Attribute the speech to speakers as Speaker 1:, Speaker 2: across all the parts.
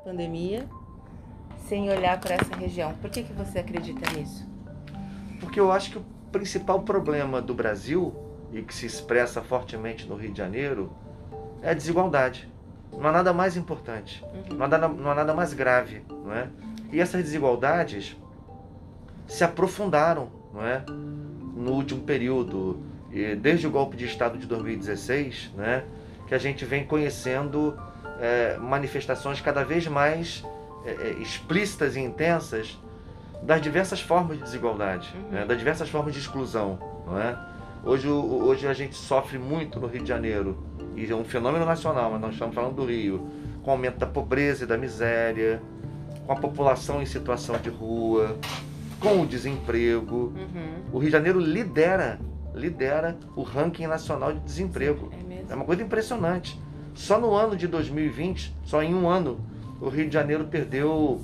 Speaker 1: pandemia sem olhar para essa região. Por que você acredita nisso?
Speaker 2: Porque eu acho que o principal problema do Brasil, e que se expressa fortemente no Rio de Janeiro, é a desigualdade. Não há nada mais importante, não há nada mais grave, não é? E essas desigualdades se aprofundaram, não é? No último período, desde o golpe de Estado de 2016, né, que a gente vem conhecendo manifestações cada vez mais explícitas e intensas das diversas formas de desigualdade, né, das diversas formas de exclusão, não é? Hoje a gente sofre muito no Rio de Janeiro, e é um fenômeno nacional, mas nós estamos falando do Rio, com o aumento da pobreza e da miséria, com a população em situação de rua, com o desemprego. O Rio de Janeiro lidera o ranking nacional de desemprego. É uma coisa impressionante. Só no ano de 2020, só em um ano, o Rio de Janeiro perdeu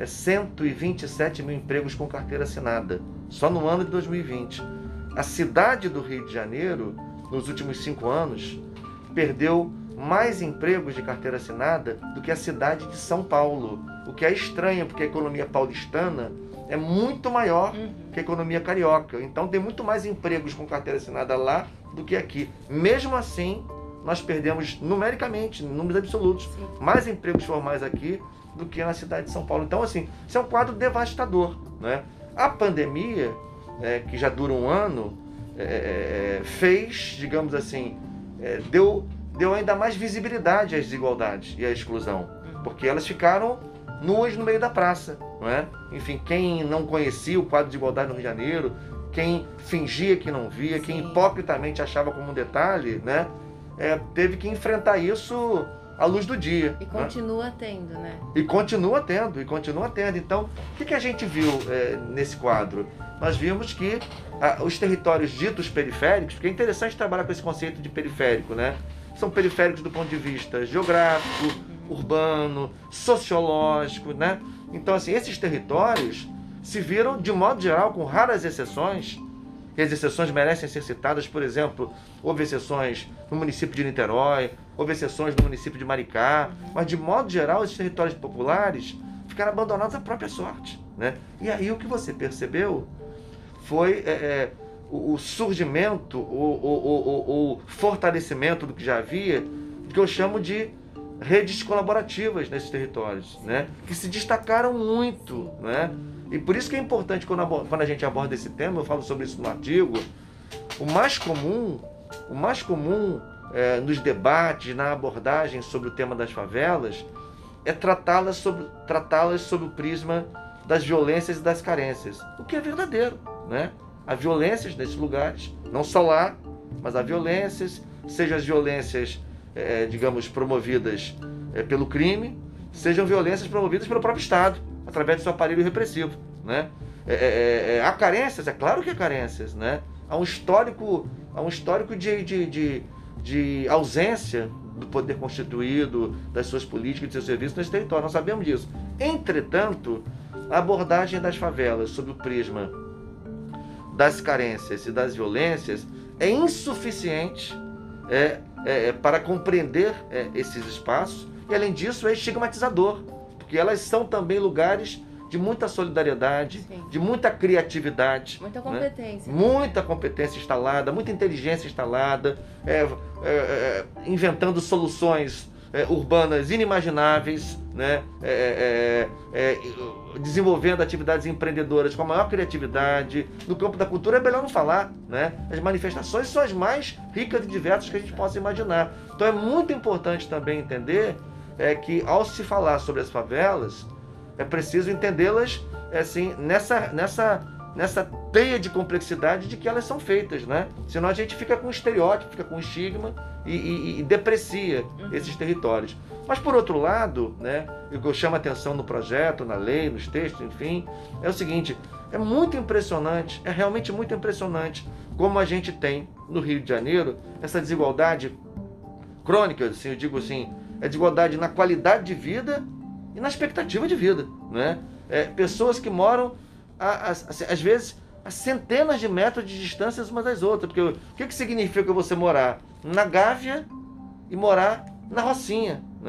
Speaker 2: 127 mil empregos com carteira assinada. Só no ano de 2020. A cidade do Rio de Janeiro, nos últimos 5 anos, perdeu mais empregos de carteira assinada do que a cidade de São Paulo. O que é estranho, porque a economia paulistana é muito maior que a economia carioca. Então tem muito mais empregos com carteira assinada lá do que aqui. Mesmo assim, nós perdemos numericamente, em números absolutos, mais empregos formais aqui do que na cidade de São Paulo. Então, assim, isso é um quadro devastador, né? A pandemia, que já dura um ano, fez, digamos assim, deu ainda mais visibilidade às desigualdades e à exclusão, porque elas ficaram nuas no meio da praça, não é? Enfim, quem não conhecia o quadro de igualdade no Rio de Janeiro, quem fingia que não via, quem hipocritamente achava como um detalhe, né? Teve que enfrentar isso à luz do dia.
Speaker 1: E continua tendo, né?
Speaker 2: E continua tendo. Então, o que a gente viu nesse quadro? Nós vimos que os territórios ditos periféricos, porque é interessante trabalhar com esse conceito de periférico, né? São periféricos do ponto de vista geográfico, urbano, sociológico, né? Então, assim, esses territórios se viram, de modo geral, com raras exceções, e as exceções merecem ser citadas. Por exemplo, houve exceções no município de Niterói, houve exceções no município de Maricá, mas, de modo geral, esses territórios populares ficaram abandonados à própria sorte, né? E aí o que você percebeu foi o surgimento, o fortalecimento do que já havia, que eu chamo de redes colaborativas nesses territórios, né? Que se destacaram muito, né? E por isso que é importante, quando a gente aborda esse tema, eu falo sobre isso no artigo, o mais comum nos debates, na abordagem sobre o tema das favelas, é tratá-las sob o prisma das violências e das carências, o que é verdadeiro, né? Há violências nesses lugares, não só lá, mas há violências, seja as violências, digamos, promovidas pelo crime, sejam violências promovidas pelo próprio Estado, através do seu aparelho repressivo, né? Há carências, é claro que há carências, né? Há um histórico de ausência do poder constituído, das suas políticas, de seus serviços nesse território, nós sabemos disso. Entretanto, a abordagem das favelas sob o prisma das carências e das violências é insuficiente para compreender esses espaços, e além disso é estigmatizador, porque elas são também lugares de muita solidariedade, de muita criatividade,
Speaker 1: muita competência,
Speaker 2: né? Muita competência instalada, muita inteligência instalada, inventando soluções urbanas inimagináveis, né? Desenvolvendo atividades empreendedoras com a maior criatividade. No campo da cultura é melhor não falar, né? As manifestações são as mais ricas e diversas que a gente possa imaginar. Então é muito importante também entender que, ao se falar sobre as favelas, é preciso entendê-las assim, nessa teia de complexidade de que elas são feitas, né? Senão a gente fica com um estereótipo, fica com um estigma e deprecia esses territórios. Mas, por outro lado, né, o que eu chamo a atenção no projeto, na lei, nos textos, enfim, é o seguinte: é muito impressionante, é realmente muito impressionante como a gente tem no Rio de Janeiro essa desigualdade crônica, assim, eu digo assim, é desigualdade na qualidade de vida e na expectativa de vida, né? Pessoas que moram, às vezes, a centenas de metros de distâncias umas das outras. Porque o que significa você morar na Gávea e morar na Rocinha, né?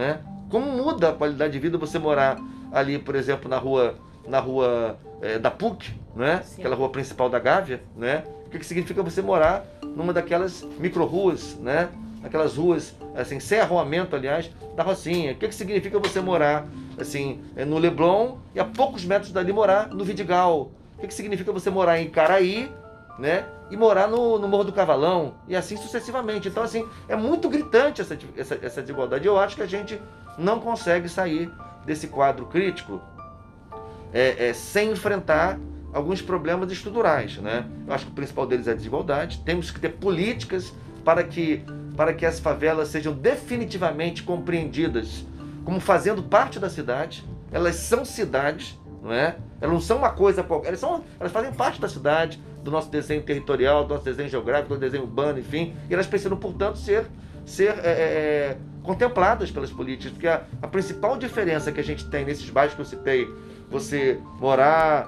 Speaker 2: Como muda a qualidade de vida você morar ali, por exemplo, na rua da PUC, né? Aquela rua principal da Gávea, né? O que significa você morar numa daquelas micro-ruas, né? Aquelas ruas, assim, sem arruamento, aliás, da Rocinha. O que significa você morar, assim, no Leblon e a poucos metros dali morar no Vidigal? O que significa você morar em Caraí, né? E morar no Morro do Cavalão, e assim sucessivamente. Então, assim, é muito gritante essa desigualdade. Eu acho que a gente não consegue sair desse quadro crítico sem enfrentar alguns problemas estruturais, né? Eu acho que o principal deles é a desigualdade. Temos que ter políticas para que as favelas sejam definitivamente compreendidas como fazendo parte da cidade. Elas são cidades, não é? Elas não são uma coisa qualquer, elas fazem parte da cidade, do nosso desenho territorial, do nosso desenho geográfico, do desenho urbano, enfim, e elas precisam, portanto, ser contempladas pelas políticas, porque a principal diferença que a gente tem nesses bairros que eu citei, você morar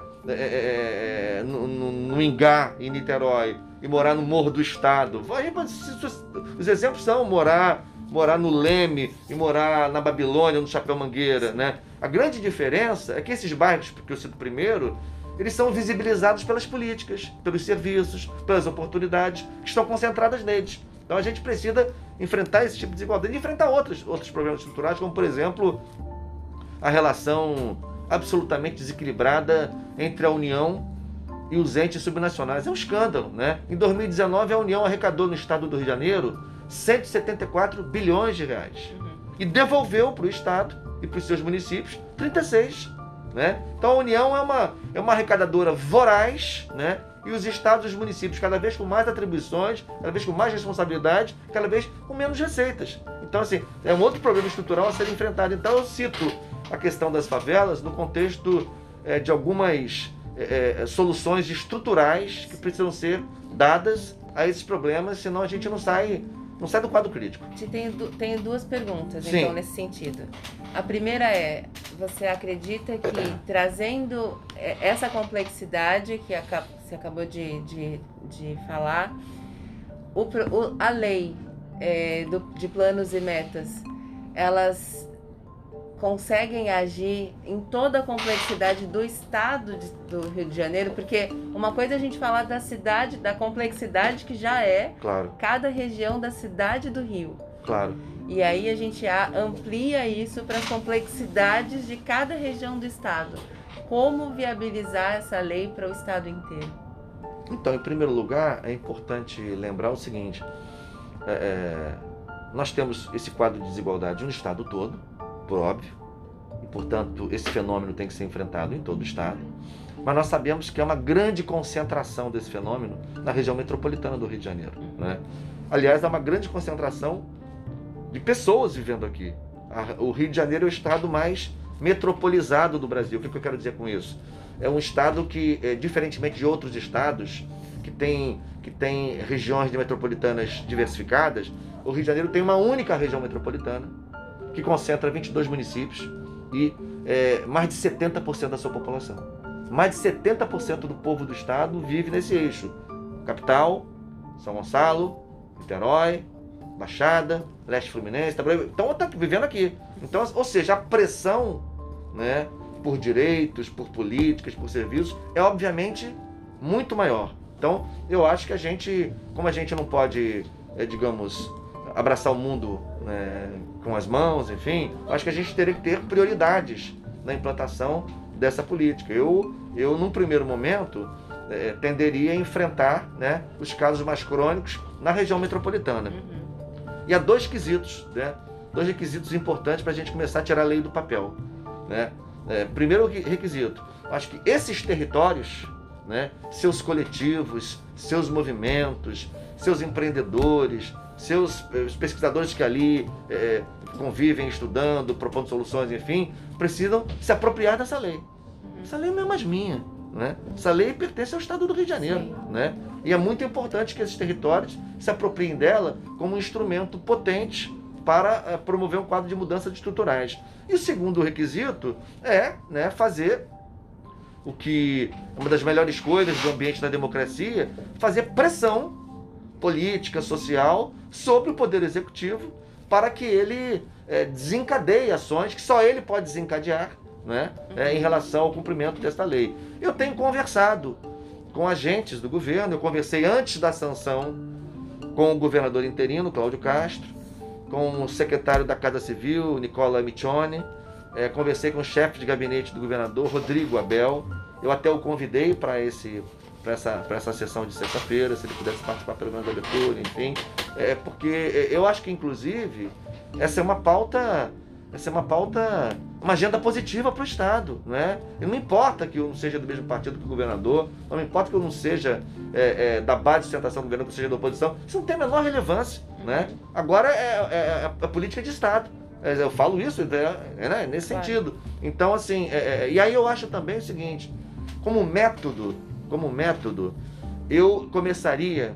Speaker 2: no Ingá, em Niterói, e morar no Morro do Estado, os exemplos são morar no Leme e morar na Babilônia, no Chapéu Mangueira, né? A grande diferença é que esses bairros, que eu cito primeiro, eles são visibilizados pelas políticas, pelos serviços, pelas oportunidades que estão concentradas neles. Então a gente precisa enfrentar esse tipo de desigualdade e enfrentar outros problemas estruturais, como, por exemplo, a relação absolutamente desequilibrada entre a União e os entes subnacionais. É um escândalo, né? Em 2019, a União arrecadou no estado do Rio de Janeiro 174 bilhões de reais e devolveu para o estado e para os seus municípios 36, né? Então a União é uma arrecadadora voraz, né? E os estados e os municípios cada vez com mais atribuições, cada vez com mais responsabilidade, cada vez com menos receitas. Então, assim, é um outro problema estrutural a ser enfrentado. Então eu cito a questão das favelas no contexto de algumas soluções estruturais que precisam ser dadas a esses problemas, senão a gente não sai do quadro crítico.
Speaker 1: Tenho duas perguntas,
Speaker 2: Sim.
Speaker 1: Então, nesse sentido. A primeira é, você acredita que trazendo essa complexidade que você acabou de falar, a lei de planos e metas, elas conseguem agir em toda a complexidade do estado do Rio de Janeiro? Porque uma coisa é a gente falar da cidade, da complexidade que já é,
Speaker 2: claro,
Speaker 1: cada região da cidade do Rio.
Speaker 2: Claro.
Speaker 1: E aí a gente amplia isso para as complexidades de cada região do estado. Como viabilizar essa lei para o estado inteiro?
Speaker 2: Então, em primeiro lugar, é importante lembrar o seguinte, nós temos esse quadro de desigualdade no estado todo, por óbvio, e portanto esse fenômeno tem que ser enfrentado em todo o estado, mas nós sabemos que é uma grande concentração desse fenômeno na região metropolitana do Rio de Janeiro, né? Aliás, há uma grande concentração de pessoas vivendo aqui. O Rio de Janeiro é o estado mais metropolizado do Brasil. O que eu quero dizer com isso? É um estado que, diferentemente de outros estados que tem regiões metropolitanas diversificadas, o Rio de Janeiro tem uma única região metropolitana que concentra 22 municípios e mais de 70% da sua população. Mais de 70% do povo do estado vive nesse eixo. Capital, São Gonçalo, Niterói, Baixada, Leste Fluminense, então está vivendo aqui. Então, ou seja, a pressão, né, por direitos, por políticas, por serviços, é obviamente muito maior. Então, eu acho que como a gente não pode, digamos, abraçar o mundo, né, com as mãos, enfim, eu acho que a gente teria que ter prioridades na implantação dessa política. Eu num primeiro momento, tenderia a enfrentar, né, os casos mais crônicos na região metropolitana. E há dois quesitos, né, dois requisitos importantes para a gente começar a tirar a lei do papel, né? Primeiro requisito, acho que esses territórios, né, seus coletivos, seus movimentos, seus empreendedores, seus pesquisadores que ali convivem, estudando, propondo soluções, enfim, precisam se apropriar dessa lei. Essa lei não é mais minha, né? Essa lei pertence ao estado do Rio de Janeiro, né? E é muito importante que esses territórios se apropriem dela como um instrumento potente para promover um quadro de mudanças estruturais. E o segundo requisito é, né, fazer o que é uma das melhores coisas do ambiente da democracia, fazer pressão política, social, sobre o Poder Executivo, para que ele desencadeie ações que só ele pode desencadear, né, em relação ao cumprimento desta lei. Eu tenho conversado com agentes do governo, eu conversei antes da sanção com o governador interino, Cláudio Castro, com o secretário da Casa Civil, Nicola Miccioni, conversei com o chefe de gabinete do governador, Rodrigo Abel. Eu até o convidei para essa sessão de sexta-feira, se ele pudesse participar pelo menos da abertura, enfim. Porque eu acho que, inclusive, essa é uma uma agenda positiva para o Estado, né? E não importa que eu não seja do mesmo partido que o governador, não importa que eu não seja da base de sustentação do governo, que eu seja da oposição, isso não tem a menor relevância, né? Agora é a política de Estado. Eu falo isso né, nesse sentido. Então, assim, e aí eu acho também o seguinte, como método, eu começaria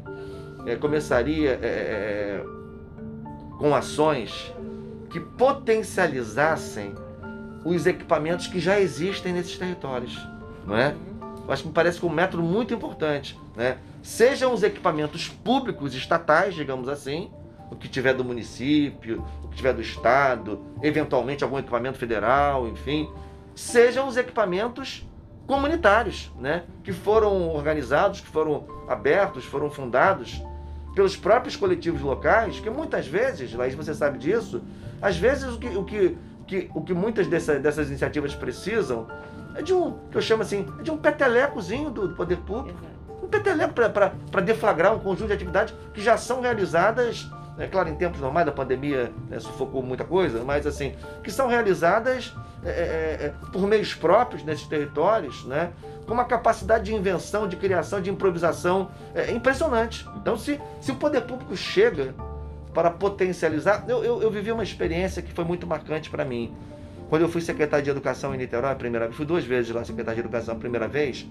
Speaker 2: com ações que potencializassem os equipamentos que já existem nesses territórios, não é? Eu acho que me parece que um método muito importante, né? Sejam os equipamentos públicos, estatais, digamos assim, o que tiver do município, o que tiver do estado, eventualmente algum equipamento federal, enfim, sejam os equipamentos comunitários, né? Que foram organizados, que foram abertos, foram fundados pelos próprios coletivos locais, que muitas vezes, Laís, você sabe disso, às vezes o que muitas dessas iniciativas precisam é de que eu chamo assim, de um petelecozinho do poder público. Um peteleco para deflagrar um conjunto de atividades que já são realizadas, claro, em tempos normais da pandemia, sufocou muita coisa, mas assim, que são realizadas por meios próprios nesses territórios, né, com uma capacidade de invenção, de criação, de improvisação impressionante. Então, se o poder público chega para potencializar... Eu vivi uma experiência que foi muito marcante para mim. Quando eu fui secretário de Educação em Niterói, a primeira vez, fui 2 vezes lá secretário de Educação a primeira vez,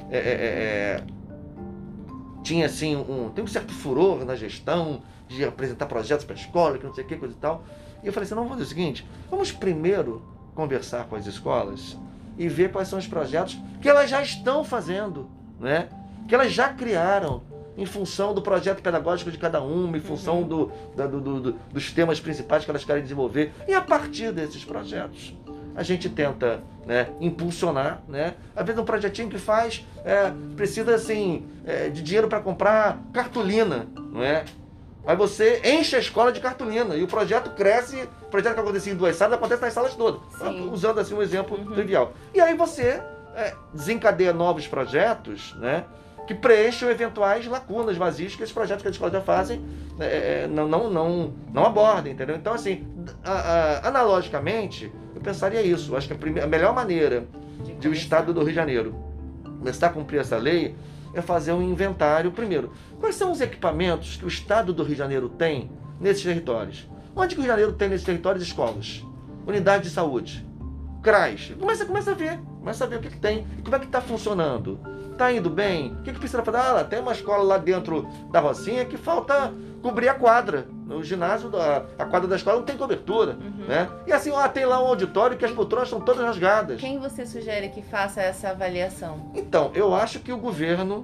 Speaker 2: tinha assim tem um certo furor na gestão de apresentar projetos para a escola, que não sei o que, coisa e tal. E eu falei assim, não, vamos fazer o seguinte, vamos primeiro conversar com as escolas e ver quais são os projetos que elas já estão fazendo, né? Que elas já criaram, em função do projeto pedagógico de cada uma, em função dos temas principais que elas querem desenvolver. E a partir desses projetos, a gente tenta, né, impulsionar, né? Às vezes um projetinho que faz, precisa assim, de dinheiro para comprar cartolina, não é? Aí você enche a escola de cartolina e o projeto cresce. O projeto que acontecia em 2 salas acontece nas salas todas. Sim. Usando assim um exemplo trivial. E aí você desencadeia novos projetos, né, que preencham eventuais lacunas, vazios que esses projetos que as escolas já fazem não abordam, entendeu? Então, assim, analogicamente, eu pensaria isso. Eu acho que a melhor maneira de o Estado do Rio de Janeiro começar a cumprir essa lei é fazer um inventário. Primeiro, quais são os equipamentos que o Estado do Rio de Janeiro tem nesses territórios? Onde que o Rio de Janeiro tem nesses territórios escolas? Unidade de saúde, CRAS. Começa a ver o que tem e como é que está funcionando. Está indo bem? O que precisa fazer? Tem uma escola lá dentro da Rocinha que falta cobrir a quadra. No ginásio, a quadra da escola não tem cobertura, né? E assim, tem lá um auditório que as poltronas estão todas rasgadas.
Speaker 1: Quem você sugere que faça essa avaliação?
Speaker 2: Então, eu acho que o governo,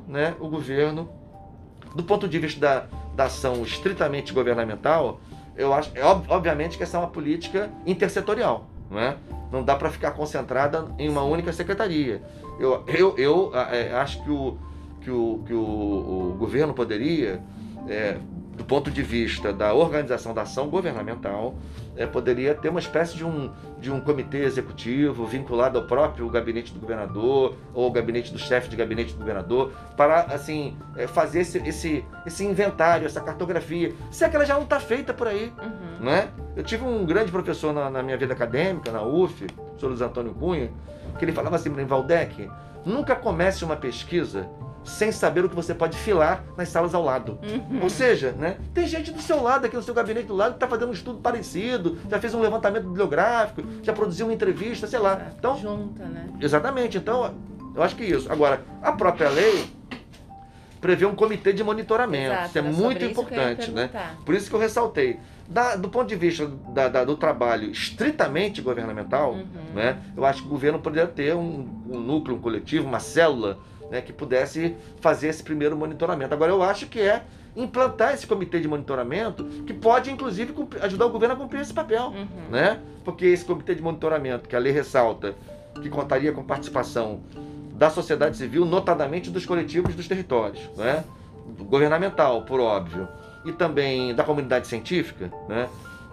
Speaker 2: do ponto de vista da ação estritamente governamental, eu acho, obviamente, que essa é uma política intersetorial, não é? Não dá para ficar concentrada em uma única secretaria. Eu acho que o governo poderia, do ponto de vista da organização da ação governamental, poderia ter uma espécie de um comitê executivo vinculado ao próprio gabinete do governador ou ao gabinete do chefe de gabinete do governador para, assim, fazer esse inventário, essa cartografia, se é que ela já não está feita por aí, não é? Eu tive um grande professor na minha vida acadêmica, na UF, o professor Luiz Antônio Cunha, que ele falava assim para mim, Valdec, nunca comece uma pesquisa sem saber o que você pode filar nas salas ao lado. Ou seja, né, tem gente do seu lado, aqui no seu gabinete do lado, que está fazendo um estudo parecido, já fez um levantamento bibliográfico, já produziu uma entrevista, sei lá. Então,
Speaker 1: junta, né?
Speaker 2: Exatamente. Então, eu acho que isso. Agora, a própria lei prevê um comitê de monitoramento.
Speaker 1: Exato,
Speaker 2: isso é muito importante, né? Por isso que eu ressaltei. Do ponto de vista do trabalho estritamente governamental, né, eu acho que o governo poderia ter um núcleo, um coletivo, uma célula, né, que pudesse fazer esse primeiro monitoramento. Agora, eu acho que é implantar esse comitê de monitoramento, que pode, inclusive, ajudar o governo a cumprir esse papel, né? Porque esse comitê de monitoramento, que a lei ressalta, que contaria com participação da sociedade civil, notadamente dos coletivos dos territórios, né? Governamental, por óbvio, e também da comunidade científica, né?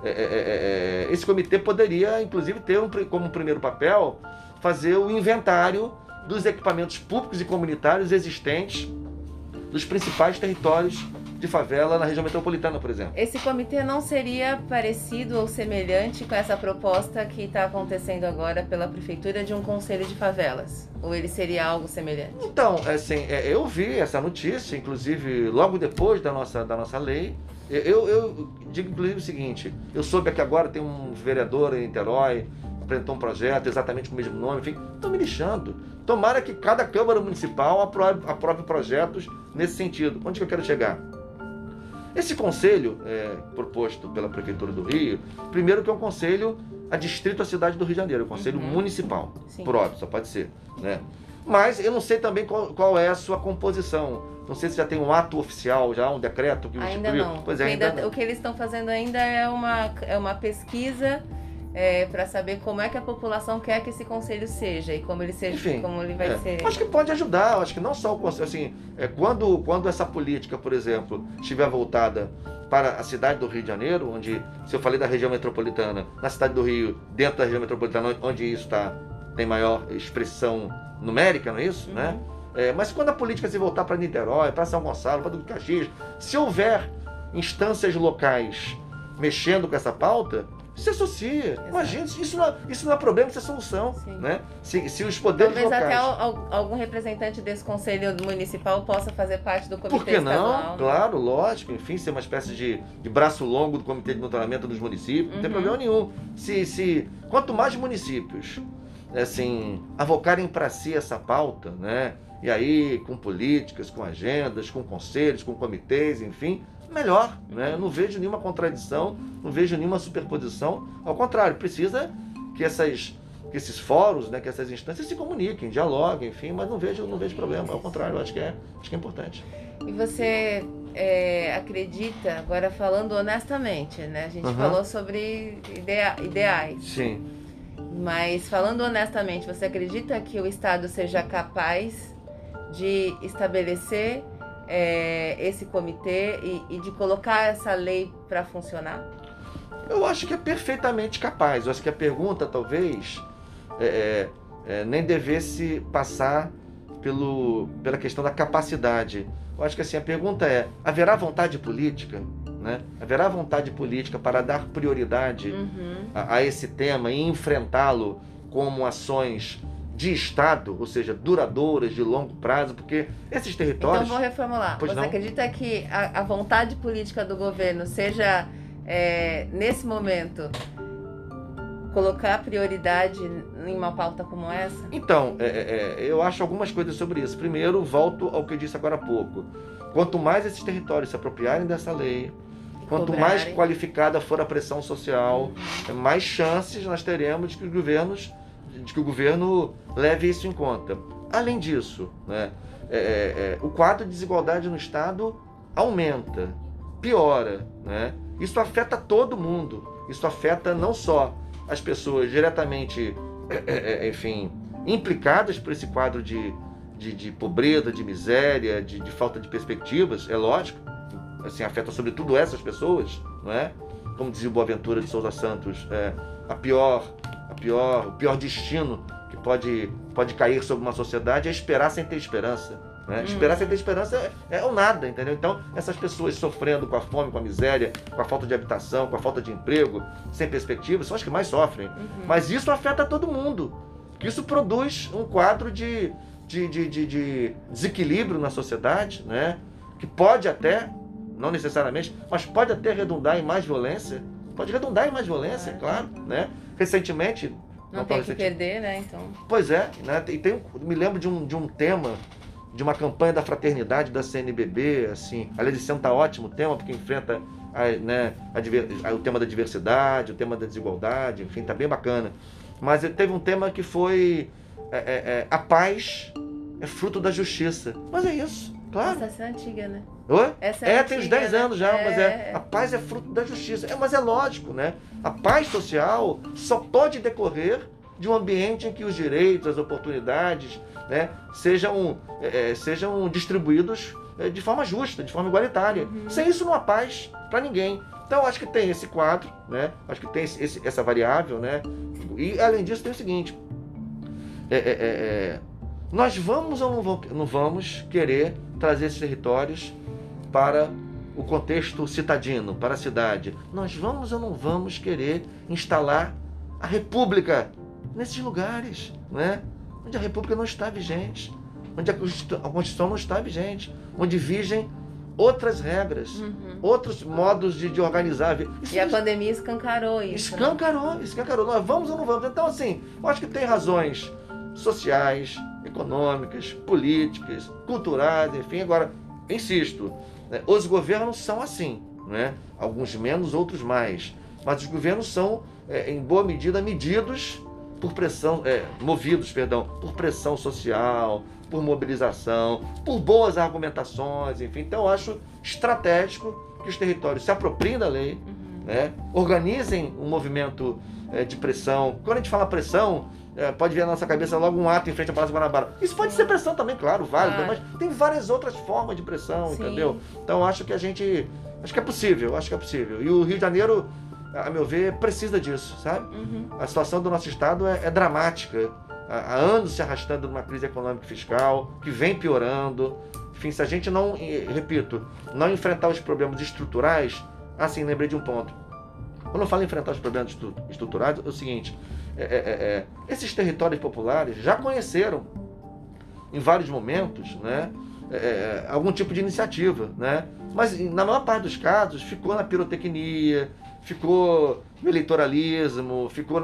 Speaker 2: Esse comitê poderia, inclusive, ter como primeiro papel fazer o inventário dos equipamentos públicos e comunitários existentes dos principais territórios de favela na região metropolitana, por exemplo.
Speaker 1: Esse comitê não seria parecido ou semelhante com essa proposta que está acontecendo agora pela prefeitura de um conselho de favelas? Ou ele seria algo semelhante?
Speaker 2: Então, assim, eu vi essa notícia, inclusive logo depois da nossa lei. Eu digo, inclusive, o seguinte: eu soube que agora tem um vereador em Niterói, apresentou um projeto exatamente com o mesmo nome, enfim, estou me lixando. Tomara que cada Câmara Municipal aprove projetos nesse sentido. Onde que eu quero chegar? Esse conselho proposto pela Prefeitura do Rio, primeiro que é um conselho adstrito à cidade do Rio de Janeiro, um conselho municipal, por óbvio, só pode ser, né? Mas eu não sei também qual é a sua composição. Não sei se já tem um ato oficial, já um decreto que
Speaker 1: ainda não.
Speaker 2: Pois é, ainda não.
Speaker 1: O que eles estão fazendo ainda é uma pesquisa para saber como é que a população quer que esse conselho seja e como ele seja, enfim, como ele vai ser.
Speaker 2: Acho que pode ajudar. Acho que não só o conselho, assim, quando essa política, por exemplo, estiver voltada para a cidade do Rio de Janeiro, onde, se eu falei da região metropolitana, na cidade do Rio, dentro da região metropolitana, onde isso tem maior expressão numérica, não é isso, né? Mas quando a política se voltar para Niterói, para São Gonçalo, para Duque de Caxias, se houver instâncias locais mexendo com essa pauta, se associa. Exato. Imagina, isso não é problema, isso é solução. Né? Se os poderes
Speaker 1: talvez
Speaker 2: locais...
Speaker 1: até algum representante desse conselho municipal possa fazer parte do comitê estadual.
Speaker 2: Por que não? Claro, lógico. Enfim, ser uma espécie de braço longo do comitê de monitoramento dos municípios, não tem problema nenhum. Quanto mais municípios assim, avocarem para si essa pauta, né? E aí, com políticas, com agendas, com conselhos, com comitês, enfim, melhor, né? Eu não vejo nenhuma contradição, não vejo nenhuma superposição. Ao contrário, precisa que esses fóruns, né, que essas instâncias se comuniquem, dialoguem, enfim, mas não vejo problema. Ao contrário, acho que é importante.
Speaker 1: E você acredita, agora falando honestamente, né? A gente falou sobre ideais.
Speaker 2: Sim.
Speaker 1: Mas falando honestamente, você acredita que o Estado seja capaz de estabelecer esse comitê e de colocar essa lei para funcionar?
Speaker 2: Eu acho que é perfeitamente capaz. Eu acho que a pergunta talvez nem devesse passar pela questão da capacidade. Eu acho que assim, a pergunta é: haverá vontade política? Né? Haverá vontade política para dar prioridade a esse tema e enfrentá-lo como ações de Estado, ou seja, duradouras, de longo prazo, porque esses territórios...
Speaker 1: Então vou reformular. Você acredita que a vontade política do governo seja, nesse momento, colocar prioridade em uma pauta como essa?
Speaker 2: Então, eu acho algumas coisas sobre isso. Primeiro, volto ao que eu disse agora há pouco. Quanto mais esses territórios se apropriarem dessa lei, quanto mais qualificada for a pressão social, mais chances nós teremos de que o governo leve isso em conta. Além disso, né, o quadro de desigualdade no Estado aumenta, piora. Né? Isso afeta todo mundo. Isso afeta não só as pessoas diretamente, enfim, implicadas por esse quadro de pobreza, de miséria, de falta de perspectivas, é lógico. Assim, afeta sobretudo essas pessoas, não é? Como dizia o Boaventura de Souza Santos, o pior destino que pode cair sobre uma sociedade é esperar sem ter esperança. Né? Esperar sem ter esperança é o nada, entendeu? Então, essas pessoas sofrendo com a fome, com a miséria, com a falta de habitação, com a falta de emprego, sem perspectiva, são as que mais sofrem. Mas isso afeta todo mundo. Isso produz um quadro de desequilíbrio na sociedade, né? Que pode até, não necessariamente, mas pode até redundar em mais violência. Pode redundar em mais violência, claro, né? Recentemente...
Speaker 1: Não tem que perder, né? Então...
Speaker 2: Pois é, né? Me lembro de um tema, de uma campanha da fraternidade da CNBB, assim, aliás, esse tá ótimo tema, porque enfrenta o tema da diversidade, o tema da desigualdade, enfim, tá bem bacana. Mas teve um tema que foi a paz é fruto da justiça. Mas é isso. Claro.
Speaker 1: Nossa, essa é antiga, né?
Speaker 2: Oi?
Speaker 1: Essa é
Speaker 2: tem uns
Speaker 1: antiga,
Speaker 2: 10
Speaker 1: né?
Speaker 2: anos já, mas a paz é fruto da justiça. Mas é lógico, né? A paz social só pode decorrer de um ambiente em que os direitos, as oportunidades, né, sejam distribuídos de forma justa, de forma igualitária. Sem isso não há paz para ninguém. Então acho que tem esse quadro, né? Acho que tem essa variável, né? E além disso tem o seguinte: nós vamos ou não vamos querer trazer esses territórios para o contexto citadino, para a cidade? Nós vamos ou não vamos querer instalar a república nesses lugares, né? Onde a república não está vigente, onde a Constituição não está vigente, onde vigem outras regras, outros modos de organizar a vida.
Speaker 1: E a pandemia escancarou isso.
Speaker 2: Escancarou. Nós vamos ou não vamos? Então, assim, eu acho que tem razões sociais, econômicas, políticas, culturais, enfim. Agora, insisto, né, os governos são assim, né? Alguns menos, outros mais. Mas os governos são, em boa medida, movidos por pressão social, por mobilização, por boas argumentações, enfim. Então, eu acho estratégico que os territórios se apropriem da lei, né? Organizem um movimento de pressão. Quando a gente fala pressão, pode vir na nossa cabeça logo um ato em frente ao Palácio Guanabara. Isso pode ser pressão também, claro, válido, mas tem várias outras formas de pressão, entendeu? Então, acho que é possível. E o Rio de Janeiro, a meu ver, precisa disso, sabe? A situação do nosso estado é dramática. Há anos se arrastando numa crise econômica e fiscal, que vem piorando. Enfim, se a gente não enfrentar os problemas estruturais, assim, lembrei de um ponto. Quando eu falo em enfrentar os problemas estruturais, é o seguinte: esses territórios populares já conheceram, em vários momentos, né, algum tipo de iniciativa, né? Mas, na maior parte dos casos, ficou na pirotecnia, ficou no eleitoralismo, ficou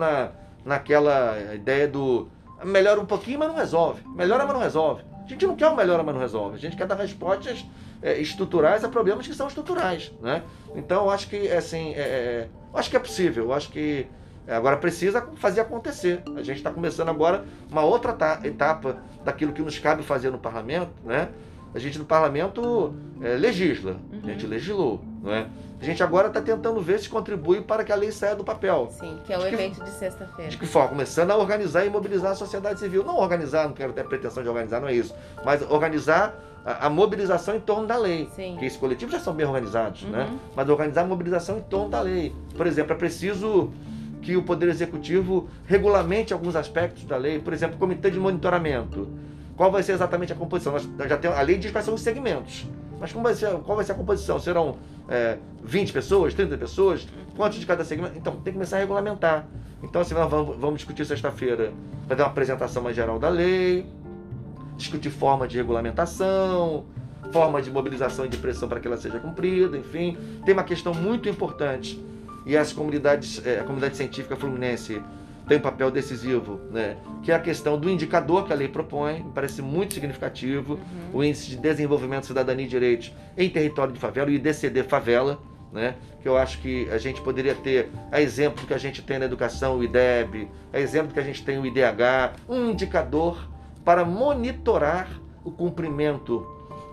Speaker 2: naquela ideia do melhora um pouquinho, mas não resolve. Melhora, mas não resolve. A gente não quer o melhora, mas não resolve. A gente quer dar respostas estruturais a problemas que são estruturais, né? Então, eu acho que, assim, acho que é possível. Eu acho que agora precisa fazer acontecer. A gente está começando agora uma outra etapa daquilo que nos cabe fazer no parlamento, né? A gente no parlamento legisla, a gente legislou, não é? A gente agora está tentando ver se contribui para que a lei saia do papel.
Speaker 1: Sim, que é o evento de sexta-feira.
Speaker 2: De que forma? Começando a organizar e mobilizar a sociedade civil. Não organizar, não quero ter a pretensão de organizar, não é isso. Mas organizar a mobilização em torno da lei.
Speaker 1: Sim.
Speaker 2: Porque esses coletivos já são bem organizados, né? Mas organizar a mobilização em torno da lei. Por exemplo, é preciso que o Poder Executivo regulamente alguns aspectos da lei. Por exemplo, o Comitê de Monitoramento. Qual vai ser exatamente a composição? Nós já temos, a lei diz quais são os segmentos. Mas qual vai ser a composição? Serão 20 pessoas, 30 pessoas? Quantos de cada segmento? Então, tem que começar a regulamentar. Então, assim, nós vamos discutir sexta-feira, fazer uma apresentação mais geral da lei, discutir forma de regulamentação, forma de mobilização e de pressão para que ela seja cumprida, enfim. Tem uma questão muito importante, e a comunidade científica fluminense tem um papel decisivo, né? Que é a questão do indicador que a lei propõe, me parece muito significativo, o Índice de Desenvolvimento, Cidadania e Direitos em Território de Favela, o IDCD Favela, né? Que eu acho que a gente poderia ter, a exemplo do que a gente tem na educação, o IDEB, a exemplo do que a gente tem o IDH, um indicador para monitorar o cumprimento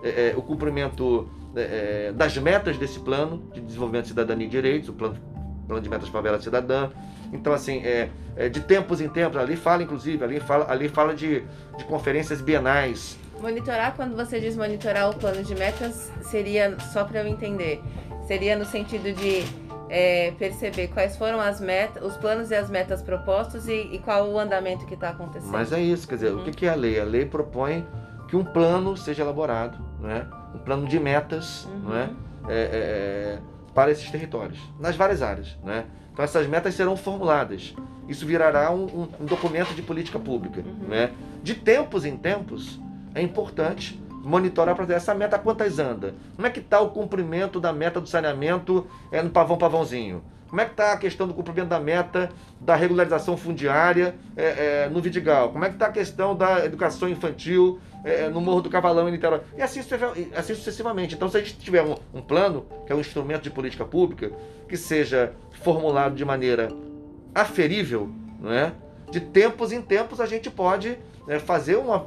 Speaker 2: das metas desse plano de desenvolvimento, cidadania e direitos, o plano de metas favela cidadã. Então, assim, de tempos em tempos, ali fala de conferências bienais.
Speaker 1: Monitorar, quando você diz monitorar o plano de metas, seria, só para eu entender, seria no sentido de perceber quais foram as metas, os planos e as metas propostos e qual o andamento que está acontecendo.
Speaker 2: Mas é isso, quer dizer, o que é a lei? A lei propõe que um plano seja elaborado, né? Um plano de metas, né? Para esses territórios, nas várias áreas, né? Então essas metas serão formuladas. Isso virará um documento de política pública, né? De tempos em tempos, é importante monitorar para ver essa meta quantas anda. Como é que está o cumprimento da meta do saneamento no pavãozinho? Como é que está a questão do cumprimento da meta da regularização fundiária no Vidigal? Como é que está a questão da educação infantil no Morro do Cavalão em Niterói? E assim sucessivamente. Então, se a gente tiver um plano, que é um instrumento de política pública, que seja formulado de maneira aferível, não é? de tempos em tempos a gente pode fazer uma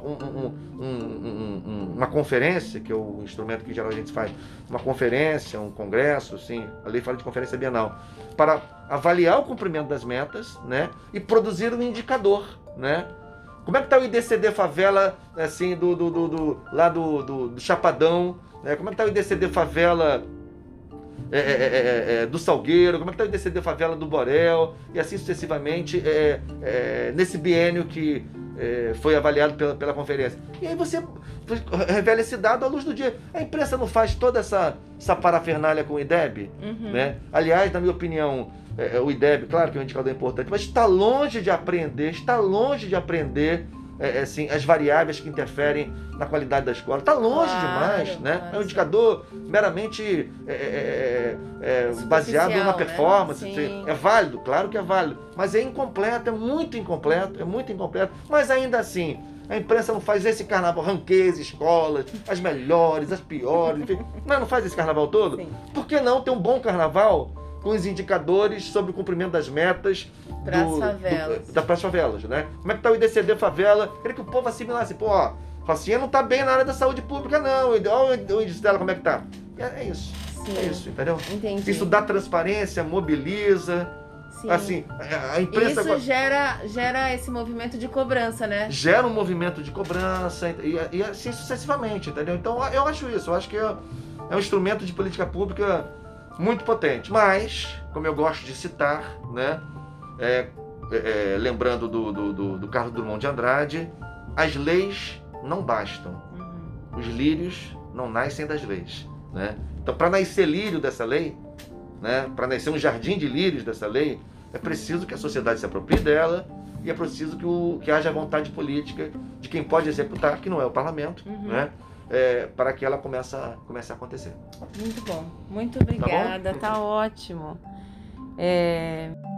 Speaker 2: conferência, que é o instrumento que em geral a gente faz, uma conferência, um congresso, assim, a lei fala de conferência bienal, para avaliar o cumprimento das metas, né, e produzir um indicador, né? Como é que está o IDCD favela, assim, lá do Chapadão, né? Como é que está o IDCD favela do Salgueiro, como é que está o IDCD favela do Borel, e assim sucessivamente, nesse biênio que foi avaliado pela conferência. E aí você revela esse dado à luz do dia. A imprensa não faz toda essa parafernália com o IDEB, né? Aliás, na minha opinião, o IDEB, claro que é um indicador importante, mas está longe de aprender, assim, as variáveis que interferem na qualidade da escola. Está longe demais, né?
Speaker 1: Claro,
Speaker 2: é um indicador meramente baseado numa performance.
Speaker 1: Né?
Speaker 2: É válido, claro que é válido, mas é incompleto, é muito incompleto. Mas ainda assim, a imprensa não faz esse carnaval, ranqueia as escolas, as melhores, as piores, enfim. Não faz esse carnaval todo?
Speaker 1: Sim.
Speaker 2: Por que não ter um bom carnaval com os indicadores sobre o cumprimento das metas para as favelas, né? Como é que está o IDCD favela? Queria que o povo assimilasse, pô, ó, Rocinha não está bem na área da saúde pública, não. Olha o índice dela, como é que tá? É isso.
Speaker 1: Sim.
Speaker 2: É isso, entendeu?
Speaker 1: Entendi.
Speaker 2: Isso dá transparência, mobiliza.
Speaker 1: Sim.
Speaker 2: Assim, a imprensa...
Speaker 1: Isso gera esse movimento de cobrança, né?
Speaker 2: Gera um movimento de cobrança e assim sucessivamente, entendeu? Então eu acho isso, eu acho que é um instrumento de política pública muito potente. Mas, como eu gosto de citar, né, lembrando do Carlos Drummond de Andrade, as leis não bastam. Os lírios não nascem das leis, né? Então, para nascer lírio dessa lei, né, para nascer um jardim de lírios dessa lei, é preciso que a sociedade se aproprie dela e é preciso que haja vontade política de quem pode executar, que não é o parlamento, né, para que ela comece a acontecer.
Speaker 1: Muito bom. Muito obrigada. Tá ótimo.